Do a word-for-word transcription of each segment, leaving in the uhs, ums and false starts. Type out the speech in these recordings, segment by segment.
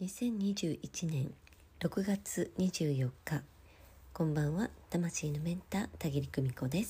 にせんにじゅういちねんろくがつにじゅうよっか、こんばんは。魂のメンター田切久美子です。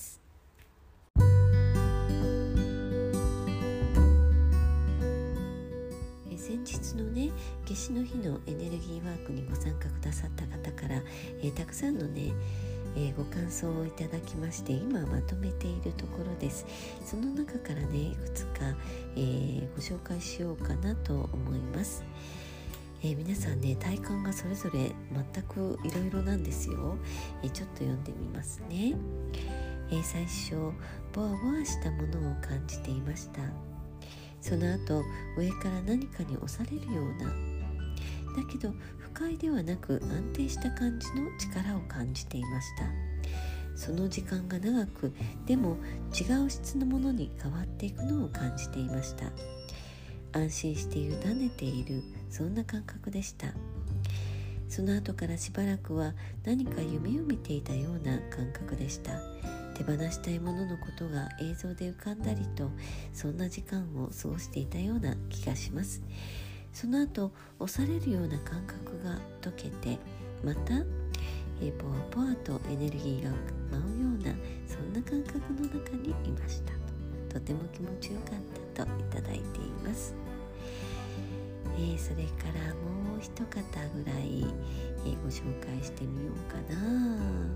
え先日のね夏至の日のエネルギーワークにご参加くださった方から、えたくさんのねえー、ご感想をいただきまして、今まとめているところです。その中からねいくつか、えー、ご紹介しようかなと思います。えー、皆さんね体感がそれぞれ全くいろいろなんですよ。えー、ちょっと読んでみますね。えー、最初ボワボワしたものを感じていました。その後上から何かに押されるような、だけど不快ではなく安定した感じの力を感じていました。その時間が長く、でも違う質のものに変わっていくのを感じていました。安心して委ねている、そんな感覚でした。その後からしばらくは何か夢を見ていたような感覚でした。手放したいもののことが映像で浮かんだりと、そんな時間を過ごしていたような気がします。その後押されるような感覚が解けて、またえぼわぼわとエネルギーが舞うような、そんな感覚の中にいました。とても気持ちよかったといただいています。えー、それからもう一方ぐらい、えー、ご紹介してみようかな。うん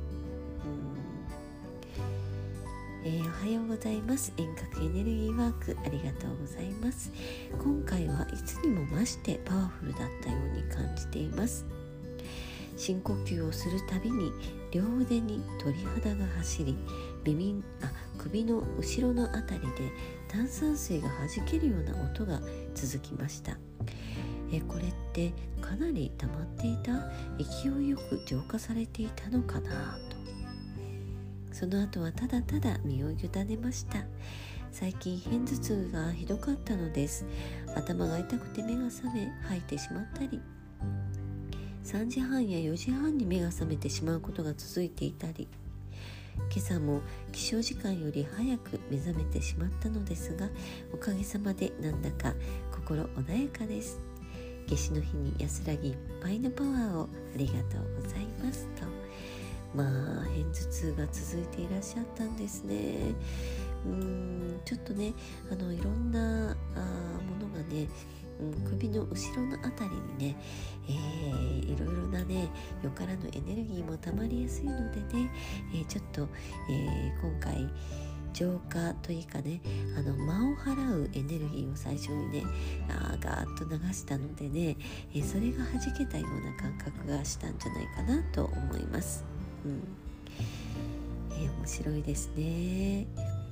えー、おはようございます。遠隔エネルギーワークありがとうございます。今回はいつにも増してパワフルだったように感じています。深呼吸をするたびに両腕に鳥肌が走り、耳あ首の後ろのあたりで炭酸水が弾けるような音が続きました。えこれってかなり溜まっていた、勢いよく浄化されていたのかなと。その後はただただ身を委ねました。最近片頭痛がひどかったのです。頭が痛くて目が覚め吐いてしまったり、さんじはんやよじはんに目が覚めてしまうことが続いていたり、今朝も起床時間より早く目覚めてしまったのですが、おかげさまでなんだか心穏やかです。夏至の日に安らぎいっぱいのパワーをありがとうございますと。まあ片頭痛が続いていらっしゃったんですね。うーんちょっとねあのいろんなあものがね、うん、首の後ろのあたりにね、えー、いろいろなねよからぬエネルギーもたまりやすいのでね、えー、ちょっと、えー、今回浄化というかね、あの間を払うエネルギーを最初にねあーガーッと流したのでね、えー、それが弾けたような感覚がしたんじゃないかなと思います。うんえー、面白いですね。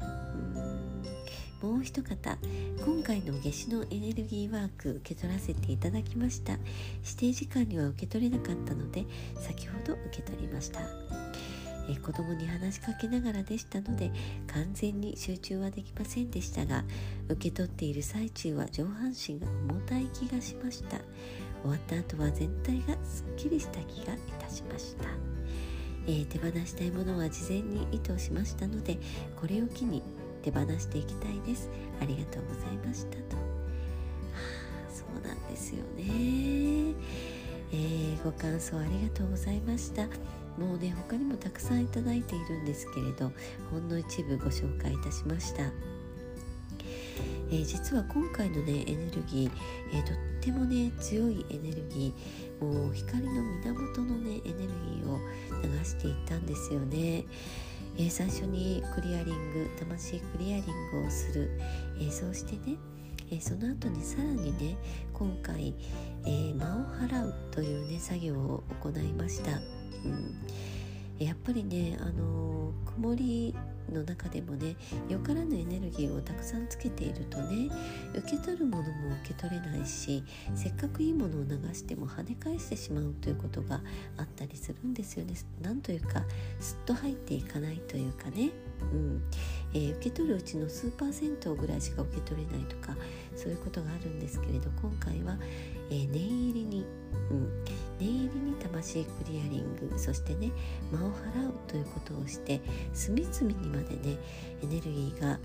うんもう一方、今回の夏至のエネルギーワーク受け取らせていただきました。指定時間には受け取れなかったので先ほど受け取りました。えー、子供に話しかけながらでしたので完全に集中はできませんでしたが、受け取っている最中は上半身が重たい気がしました。終わった後は全体がすっきりした気がいたしました。えー、手放したいものは事前に意図しましたので、これを機に手放していきたいです。ありがとうございましたと。はあ、そうなんですよね。えー、ご感想ありがとうございました。もうね他にもたくさんいただいているんですけれど、ほんの一部ご紹介いたしました。えー、実は今回のねエネルギー、えー、とってもね強いエネルギー、もう光の源のねエネルギーを流していったんですよね。えー、最初にクリアリング、魂クリアリングをする、えー、そうしてね、えー、その後にさらにね今回、えー、間を払うというね作業を行いました。うんやっぱりね、あのー、曇りの中でもねよからぬエネルギーをたくさんつけているとね、受け取るものも受け取れないし、せっかくいいものを流しても跳ね返してしまうということがあったりするんですよね。なんというかすっと入っていかないというかね、うんえー、受け取るうちの数パーセントぐらいしか受け取れないとか、そういうことがあるんですけれど、今回は、えー、念入りに、うん、念入りに魂クリアリング、そしてね間を払うということをして、隅々にまでねエネルギーが、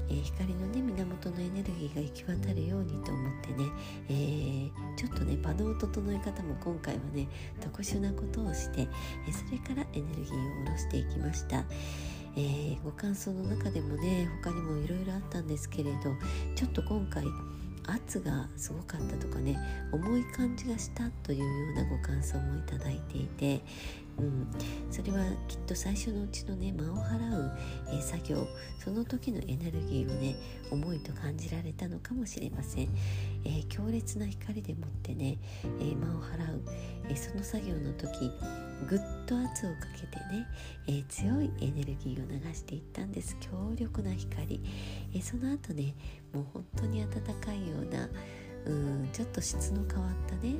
えー、光のね源のエネルギーが行き渡るようにと思ってね、えー、ちょっとね場の整え方も今回はね特殊なことをして、えー、それからエネルギーを下ろしていきました。えー、ご感想の中でもね他にもいろいろあったんですけれど、ちょっと今回圧がすごかったとかね、重い感じがしたというようなご感想もいただいていて、うん、それはきっと最初のうちのね間を払う、えー、作業、その時のエネルギーをね重いと感じられたのかもしれません。えー、強烈な光でもってね、えー、間を払う、えー、その作業の時ぐっと圧をかけてね、えー、強いエネルギーを流していったんです。強力な光、えー、その後ねもう本当に暖かいような、うん、ちょっと質の変わったね、うん、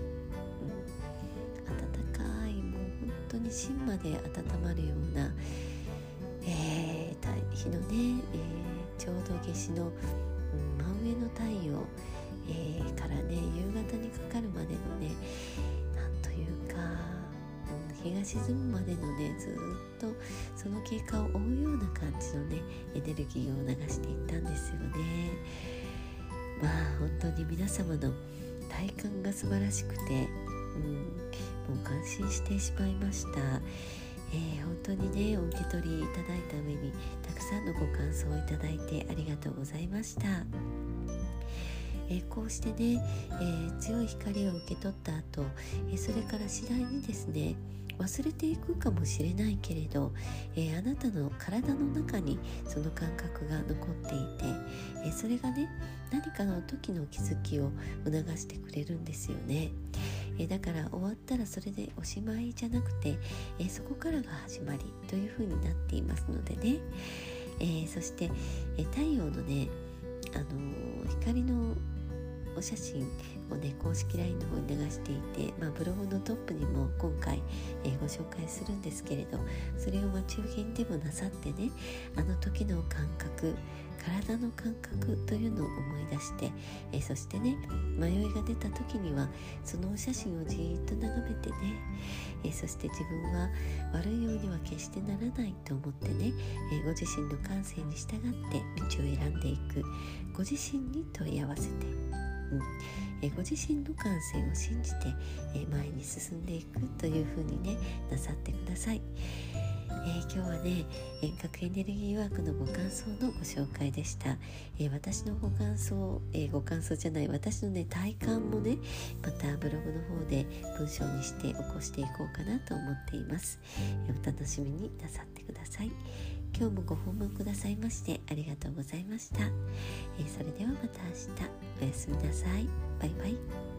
暖かい、もう本当に芯まで温まるような、えー、日のね、えー、ちょうど夏至の、うん、真上の太陽、えー、からね夕方にかかるまでのね、なんというか、うん、日が沈むまでのねずっとその経過を追うような感じのねエネルギーを流していったんですよね。まあ本当に皆様の体感が素晴らしくて、うん、もう感心してしまいました。えー、本当にねお受け取りいただいた上にたくさんのご感想をいただいてありがとうございました。えー、こうしてね、えー、強い光を受け取った後、えー、それから次第にですね忘れていくかもしれないけれど、えー、あなたの体の中にその感覚が残っていて、えー、それがね何かの時の気づきを促してくれるんですよね。えー、だから終わったらそれでおしまいじゃなくて、えー、そこからが始まりという風になっていますのでね、えー、そして、えー、太陽のね、あのー、光のお写真をね公式 ライン の方に流していて、まあ、ブログのトップにも今回、えー、ご紹介するんですけれど、それを待ち受けにでもなさってね、あの時の感覚、体の感覚というのを思い出して、えー、そしてね迷いが出た時にはそのお写真をじーっと眺めてね、えー、そして自分は悪いようには決してならないと思ってね、えー、ご自身の感性に従って道を選んでいく、ご自身に問い合わせて、うんえー、ご自身の感性を信じて、えー、前に進んでいくというふうにねなさってください。えー、今日はね遠隔エネルギーワークのご感想のご紹介でした。えー、私のご感想、えー、ご感想じゃない私のね体感もねまたブログの方で文章にして起こしていこうかなと思っています。えー、お楽しみになさってください。今日もご訪問くださいましてありがとうございました。えー、それではまた明日おやすみなさい。バイバイ。